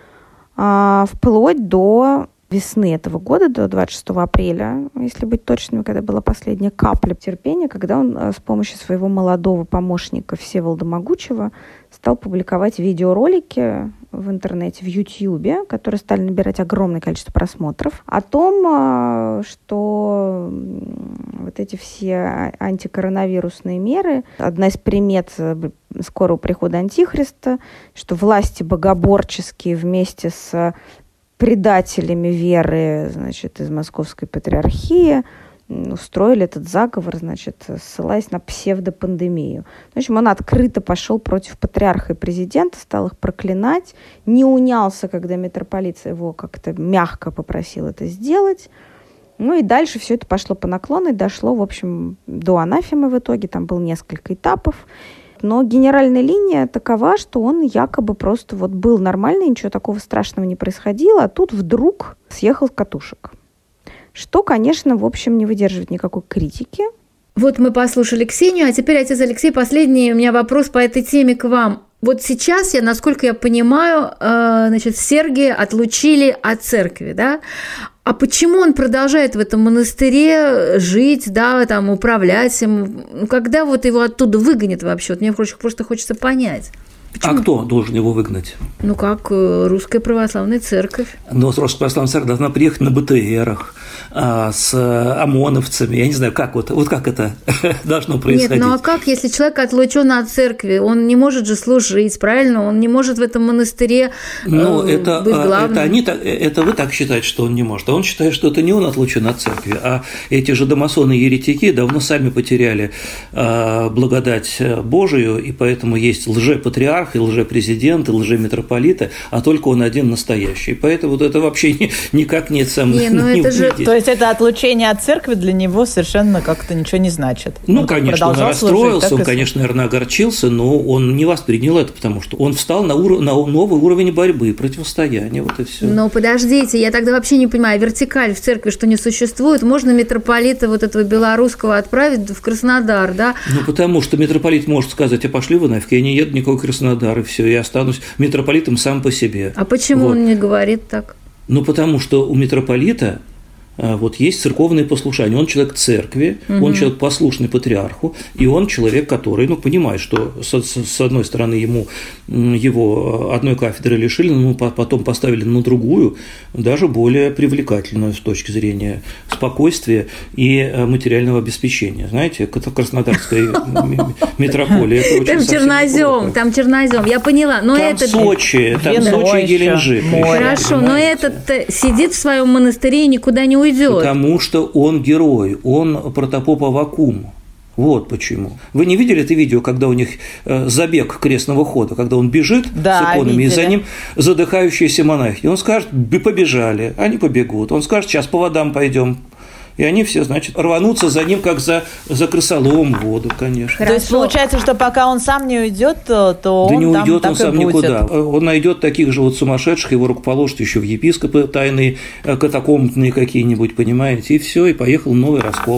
а, вплоть до весны этого года, до двадцать шестого апреля, если быть точными, когда была последняя капля терпения, когда он с помощью своего молодого помощника Всеволода Могучего стал публиковать видеоролики в интернете, в Ютьюбе, которые стали набирать огромное количество просмотров, о том, что вот эти все антикоронавирусные меры, одна из примет скорого прихода Антихриста, что власти богоборческие вместе с предателями веры, значит, из Московской патриархии устроили этот заговор, значит, ссылаясь на псевдопандемию. В общем, он открыто пошел против патриарха и президента, стал их проклинать, не унялся, когда митрополит его как-то мягко попросил это сделать. Ну и дальше все это пошло по наклону и дошло, в общем, до анафемы в итоге. Там было несколько этапов. Но генеральная линия такова, что он якобы просто вот был нормальный, ничего такого страшного не происходило, а тут вдруг съехал с катушек. Что, конечно, в общем, не выдерживает никакой критики. Вот мы послушали Ксению, а теперь, отец Алексей, последний у меня вопрос по этой теме к вам. Вот сейчас, я, насколько я понимаю, значит, Сергия отлучили от церкви, да? А почему он продолжает в этом монастыре жить, да, там, управлять им? Когда вот его оттуда выгонят вообще? Вот мне просто хочется понять. Почему? А кто должен его выгнать? Ну, как Русская Православная Церковь. Но Русская Православная Церковь должна приехать на бэ тэ эрах а, с ОМОНовцами. Я не знаю, как вот, вот как это должно происходить. Нет, ну а как, если человек отлучен от церкви? Он не может же служить, правильно? Он не может в этом монастыре ну, э, это, быть главным. Это, они, это вы так считаете, что он не может. А он считает, что это не он отлучен от церкви, а эти же домасоны-еретики давно сами потеряли э, благодать Божию, и поэтому есть лжепатриарх, лжепатриарха, и лжепрезидента, и лжемитрополита, а только он один настоящий. Поэтому вот это вообще ни, никак нет сам не, ну не же... То есть это отлучение от церкви для него совершенно как-то ничего не значит? Ну, он конечно, он расстроился, служить, он, конечно, наверное, огорчился, но он не воспринял это, потому что он встал на, ур... на новый уровень борьбы, противостояния, вот и все. Но подождите, я тогда вообще не понимаю, вертикаль в церкви, что не существует, можно митрополита вот этого белорусского отправить в Краснодар, да? Ну, потому что митрополит может сказать: а пошли вы нафиг, я не еду никакой Краснодар, и все, я останусь митрополитом сам по себе. А почему вот. Он не говорит так? Ну, потому что у митрополита вот есть церковное послушание. Он человек церкви, угу. он человек послушный патриарху, и он человек, который, ну, понимает, что с, с одной стороны ему его одной кафедры лишили, но потом поставили на другую, даже более привлекательную с точки зрения спокойствия и материального обеспечения. Знаете, Краснодарская митрополия. Там чернозем, там чернозем, я поняла. Но там это... Сочи, там Сочи и Геленджик. Хорошо, но этот сидит в своем монастыре и никуда не уйдет. Потому что он герой, он протопоп Аввакум. Вот почему. Вы не видели это видео, когда у них забег крестного хода, когда он бежит да, с иконами, видели. И за ним задыхающиеся монахи. Он скажет: побежали, они побегут. Он скажет: сейчас по водам пойдем. И они все, значит, рванутся за ним, как за, за крысоловом в воду, конечно. Хорошо. То есть получается, что пока он сам не уйдет, то, то да он не уйдет там он так сам и будет. Никуда. Он найдет таких же вот сумасшедших, его рукоположат еще в епископы тайные, катакомбные какие-нибудь, понимаете, и все, и поехал новый раскол.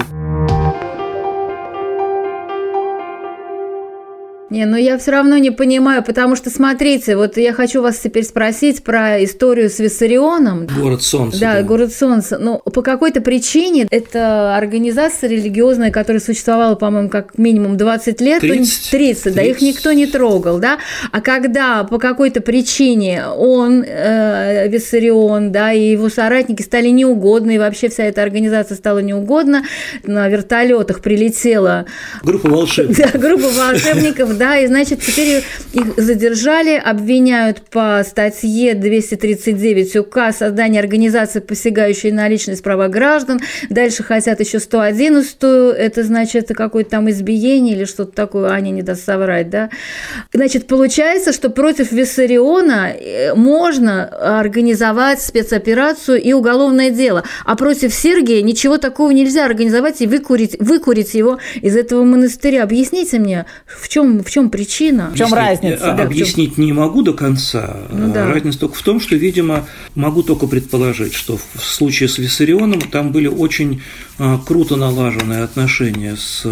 Не, ну я все равно не понимаю, потому что, смотрите, вот я хочу вас теперь спросить про историю с Виссарионом. Город Солнца. Да, да. Город Солнца. Ну, по какой-то причине это организация религиозная, которая существовала, по-моему, как минимум двадцать лет. тридцать. тридцать, да, их никто не трогал, да. А когда по какой-то причине он, э, Виссарион, да, и его соратники стали неугодны, и вообще вся эта организация стала неугодна, на вертолетах прилетела... Группа волшебников. Да, группа волшебников, да, и, значит, теперь их задержали, обвиняют по статье двести тридцать девять УК создание организации, посягающей на личность права граждан. Дальше хотят еще сто одиннадцатую, это, значит, какое-то там избиение или что-то такое, Аня не даст соврать, да. Значит, получается, что против Виссариона можно организовать спецоперацию и уголовное дело, а против Сергия ничего такого нельзя организовать и выкурить, выкурить его из этого монастыря. Объясните мне, в чем в чем причина? В чем разница? Да, объяснить не могу до конца. Ну, да. Разница только в том, что, видимо, могу только предположить, что в случае с Виссарионом там были очень а, круто налаженные отношения с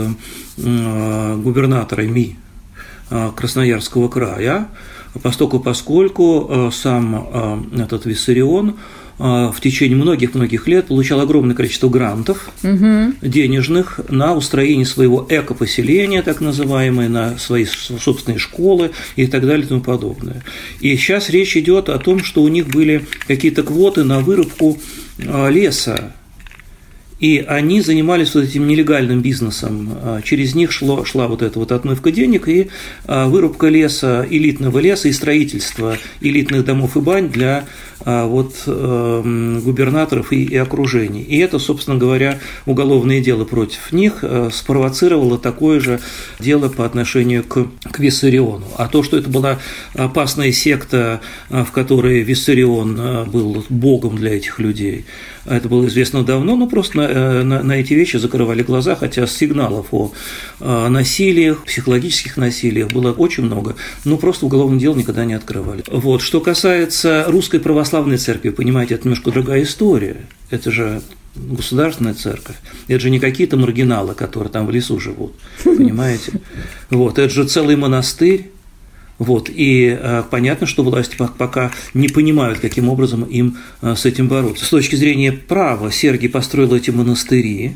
а, губернаторами а, Красноярского края, поскольку, поскольку а, сам а, этот Виссарион в течение многих-многих лет получал огромное количество грантов угу. денежных на устроение своего экопоселения, так называемое, на свои собственные школы и так далее и тому подобное. И сейчас речь идет о том, что у них были какие-то квоты на вырубку леса, и они занимались вот этим нелегальным бизнесом. Через них шло, шла вот эта вот отмывка денег и вырубка леса, элитного леса и строительство элитных домов и бань для вот, губернаторов и, и окружений. И это, собственно говоря, уголовное дело против них спровоцировало такое же дело по отношению к, к Виссариону. А то, что это была опасная секта, в которой Виссарион был богом для этих людей, это было известно давно, но просто на, на, на эти вещи закрывали глаза, хотя сигналов о насилиях, психологических насилиях было очень много, но просто уголовное дело никогда не открывали. Вот. Что касается русской православной церкви, понимаете, это немножко другая история. Это же государственная церковь. Это же не какие-то маргиналы, которые там в лесу живут, понимаете? Вот. Это же целый монастырь. Вот, и э, понятно, что власти пока не понимают, каким образом им э, с этим бороться. С точки зрения права Сергий построил эти монастыри,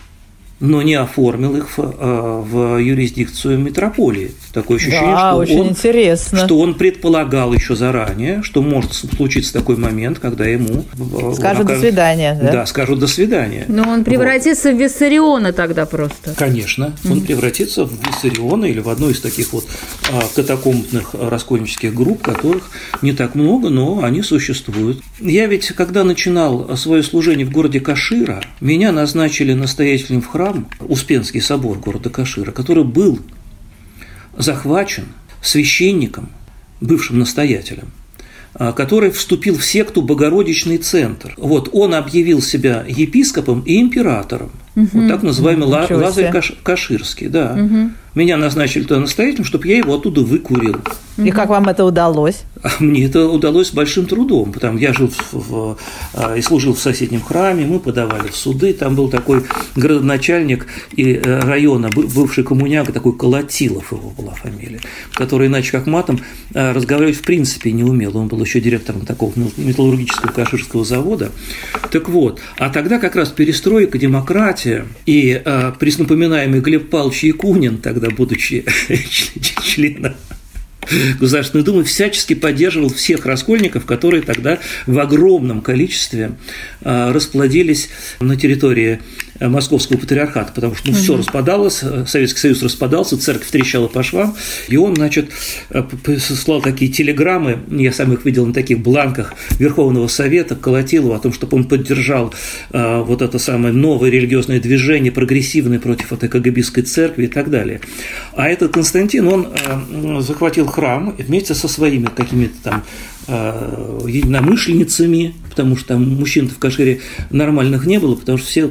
но не оформил их в, в юрисдикцию митрополии. Такое ощущение, да, что, очень он, интересно. что он предполагал еще заранее, что может случиться такой момент, когда ему... Скажут окажут, до свидания. Да? Да, скажут до свидания. Но он превратится вот. в Виссариона тогда просто. Конечно, mm-hmm. он превратится в Виссариона или в одну из таких вот катакомбных раскольнических групп, которых не так много, но они существуют. Я ведь, когда начинал свое служение в городе Кашира, меня назначили настоятелем в храм Успенский собор города Кашира, который был захвачен священником бывшим настоятелем, который вступил в секту Богородичный центр. Вот, он объявил себя епископом и императором. Угу. Вот так называемый Ничего Лазарь себе. Каширский. Да. Угу. Меня назначили туда настоятелем, чтобы я его оттуда выкурил. И как вам это удалось? А мне это удалось с большим трудом, потому что я жил в, в, и служил в соседнем храме, мы подавали в суды, там был такой городоначальник и района, бывший коммуняга, такой Колотилов его была фамилия, который иначе как матом разговаривать в принципе не умел, он был еще директором такого металлургического каширского завода. Так вот, а тогда как раз перестройка, демократия, и преснопоминаемый Глеб Павлович Якунин, тогда будучи членом Государственной Думы, всячески поддерживал всех раскольников, которые тогда в огромном количестве расплодились на территории Московского патриархата, потому что ну, угу. все распадалось, Советский Союз распадался, церковь трещала по швам, и он, значит, слал такие телеграммы, я сам их видел на таких бланках Верховного Совета, Колотилова, о том, чтобы он поддержал а, вот это самое новое религиозное движение, прогрессивное против этой КГБистской церкви и так далее. А этот Константин, он а, захватил храм вместе со своими какими-то там единомышленницами, потому что там мужчин-то в Кашире нормальных не было, потому что все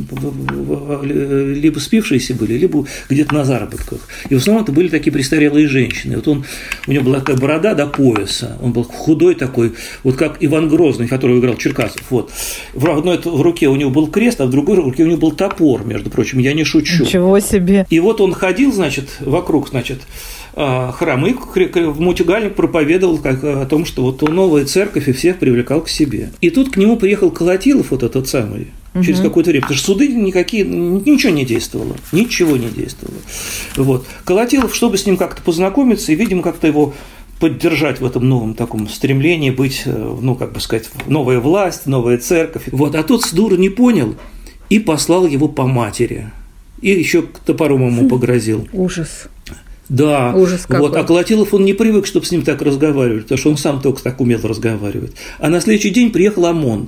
либо спившиеся были, либо где-то на заработках. И в основном это были такие престарелые женщины. Вот он, у него была такая борода до пояса, он был худой такой, вот как Иван Грозный, который играл Черкасов. Вот. В одной в руке у него был крест, а в другой руке у него был топор, между прочим, я не шучу. Ничего себе! И вот он ходил, значит, вокруг, значит, храма и в мутюгальник проповедовал как, о том, что вот новая церковь и всех привлекал к себе. И тут к нему приехал Колотилов, вот этот самый, угу. через какое-то время, потому что суды никакие, ничего не действовало, ничего не действовало. Вот. Колотилов, чтобы с ним как-то познакомиться и, видимо, как-то его поддержать в этом новом таком стремлении быть, ну, как бы сказать, новая власть, новая церковь. Вот. А тот с дуру не понял и послал его по матери. И еще топором ему погрозил. Ужас. Да, Ужас какой. Вот, а Колотилов, он не привык, чтобы с ним так разговаривали, потому что он сам только так умел разговаривать. А на следующий день приехал ОМОН.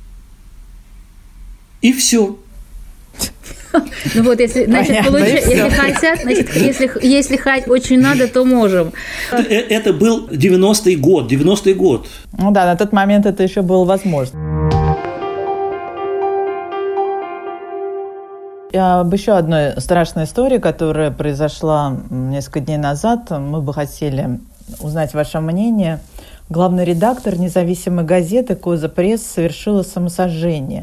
И все. Ну вот, если, значит, получ... если хотят, значит, если, если очень надо, то можем. Это, это был девяностый год, девяностый год. Ну да, на тот момент это еще было возможно. Об еще одной страшной истории, которая произошла несколько дней назад, мы бы хотели узнать ваше мнение. Главный редактор независимой газеты «Коза Пресс» совершила самосожжение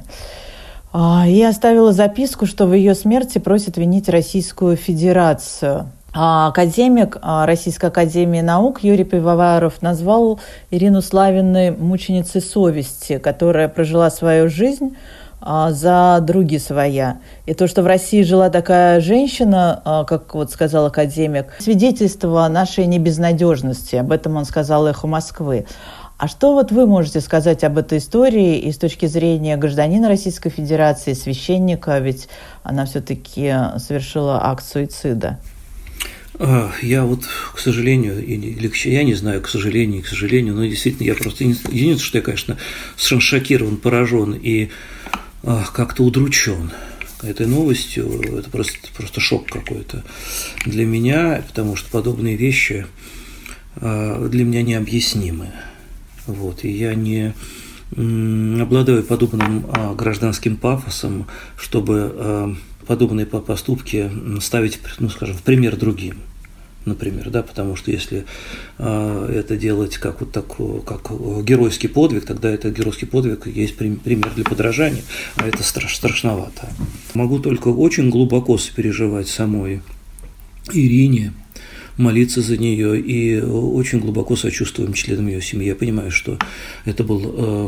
и оставила записку, что в ее смерти просит винить Российскую Федерацию. Академик Российской академии наук Юрий Пивоваров назвал Ирину Славиной мученицей совести, которая прожила свою жизнь за други своя. И то, что в России жила такая женщина, как вот сказал академик, свидетельство нашей небезнадежности. Об этом он сказал «Эхо Москвы». А что вот вы можете сказать об этой истории и с точки зрения гражданина Российской Федерации, священника, ведь она все-таки совершила акт суицида? Я вот, к сожалению, или я не знаю, к сожалению, к сожалению, но действительно я просто единственное, что я, конечно, совершенно шокирован, поражен и как-то удручен этой новостью. Это просто, просто шок какой-то для меня, потому что подобные вещи для меня необъяснимы. Вот, и я не обладаю подобным гражданским пафосом, чтобы подобные поступки ставить, ну, скажем, в пример другим. Например, да, потому что если э, это делать как вот так, как геройский подвиг, тогда этот геройский подвиг есть пример для подражания, а это страш, страшновато. Могу только очень глубоко сопереживать самой Ирине, молиться за нее и очень глубоко сочувствуем членам ее семьи. Я понимаю, что это был э,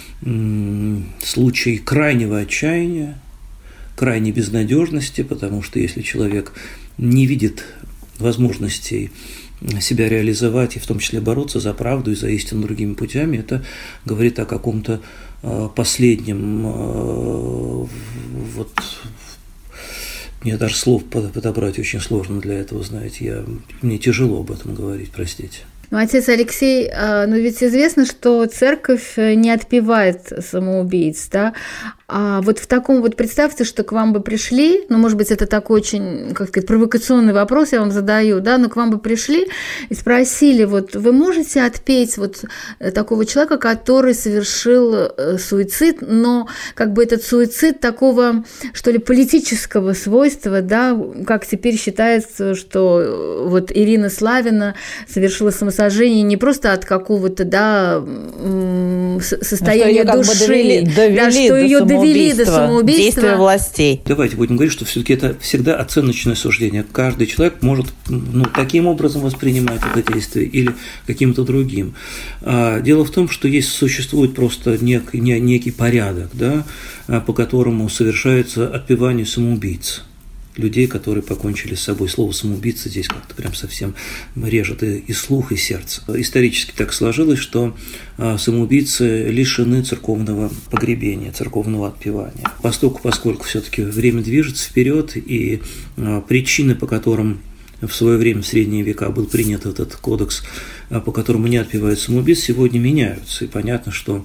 э, случай крайнего отчаяния, крайней безнадежности, потому что если человек не видит возможностей себя реализовать и в том числе бороться за правду и за истину другими путями, это говорит о каком-то последнем, вот, мне даже слов подобрать очень сложно для этого, знаете, я, мне тяжело об этом говорить, простите. Ну, отец Алексей, ну ведь известно, что церковь не отпевает самоубийц, да? А вот в таком вот, представьте, что к вам бы пришли, ну, может быть, это такой очень, как сказать, провокационный вопрос я вам задаю, да, но к вам бы пришли и спросили, вот вы можете отпеть вот такого человека, который совершил суицид, но как бы этот суицид такого, что ли, политического свойства, да, как теперь считается, что вот Ирина Славина совершила самосожжение не просто от какого-то, да, состояния что души, довели, довели да, что до ее довели до самоубийства. Действия властей. Давайте будем говорить, что все-таки это всегда оценочное суждение. Каждый человек может, ну, таким образом воспринимать это действие или каким-то другим. Дело в том, что есть, существует просто нек, не, некий порядок, да, по которому совершается отпевание самоубийц. Людей, которые покончили с собой. Слово «самоубийца» здесь как-то прям совсем режет и, и слух, и сердце. Исторически так сложилось, что самоубийцы лишены церковного погребения, церковного отпевания. Поскольку, поскольку все-таки время движется вперед, и причины, по которым в свое время, в средние века, был принят этот кодекс, по которому не отпевают самоубийц, сегодня меняются. И понятно, что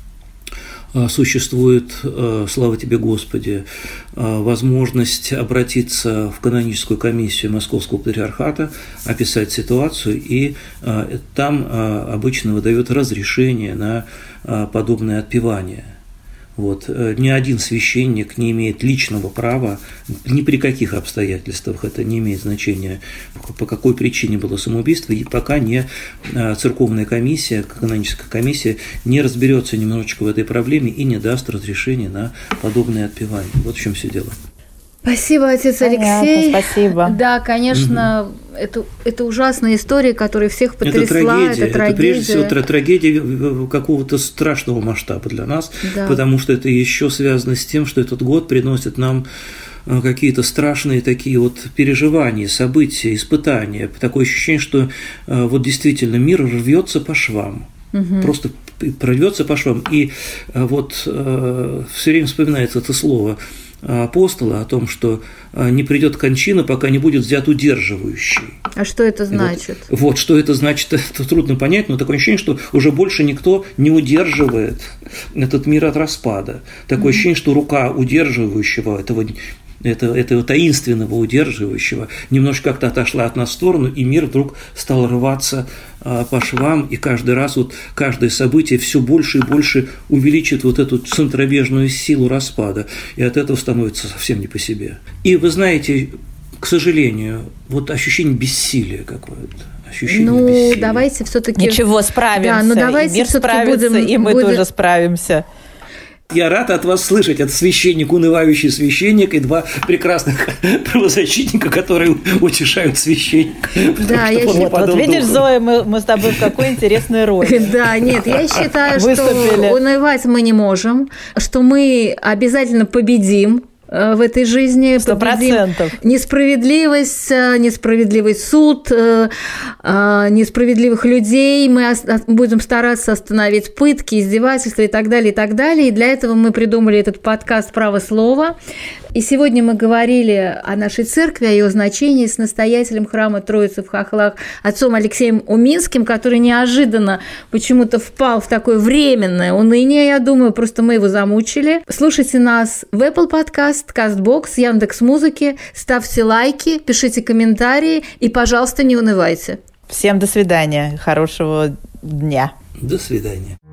существует, слава тебе, Господи, возможность обратиться в каноническую комиссию Московского патриархата, описать ситуацию, и там обычно выдают разрешение на подобное отпевание. Вот. Ни один священник не имеет личного права, ни при каких обстоятельствах, это не имеет значения, по какой причине было самоубийство, и пока не церковная комиссия, каноническая комиссия не разберется немножечко в этой проблеме и не даст разрешения на подобное отпевание. Вот в чем все дело. Спасибо, отец Понятно, Алексей. Спасибо. Да, конечно, угу. это, это ужасная история, которая всех потрясла. Это трагедия, это, трагедия. это прежде всего трагедия какого-то страшного масштаба для нас, да. Потому что это еще связано с тем, что этот год приносит нам какие-то страшные такие вот переживания, события, испытания. Такое ощущение, что вот действительно мир рвется по швам. Угу. Просто прорвется по швам. И вот все время вспоминается это слово апостола о том, что не придет кончина, пока не будет взят удерживающий. А что это значит? Вот, вот что это значит, это трудно понять, но такое ощущение, что уже больше никто не удерживает этот мир от распада. Такое mm-hmm. ощущение, что рука удерживающего этого, этого, этого таинственного удерживающего немножко как-то отошла от нас в сторону, и мир вдруг стал рваться по швам, и каждый раз вот каждое событие все больше и больше увеличит вот эту центробежную силу распада, и от этого становится совсем не по себе. И вы знаете, к сожалению, вот ощущение бессилия какое-то. Ощущение ну, бессилия. Давайте все-таки. Ничего, справимся. Да, но давайте и мир справится, будем, и мы будем... тоже справимся. Я рад от вас слышать, от священник, унывающий священник, и два прекрасных правозащитника, которые утешают священника. Да, я считаю, вот, вот видишь, Зоя, мы, мы с тобой в какой интересной роли. Да, нет, я считаю, что унывать мы не можем, что мы обязательно победим в этой жизни. Сто процентов. Несправедливость, несправедливый суд, несправедливых людей. Мы будем стараться остановить пытки, издевательства и так далее, и так далее. И для этого мы придумали этот подкаст «Право слова». И сегодня мы говорили о нашей церкви, о ее значении с настоятелем храма Троицы в Хохлах, отцом Алексеем Уминским, который неожиданно почему-то впал в такое временное уныние, я думаю, просто мы его замучили. Слушайте нас в Apple Podcast, CastBox, Яндекс.Музыки, ставьте лайки, пишите комментарии и, пожалуйста, не унывайте. Всем до свидания, хорошего дня. До свидания.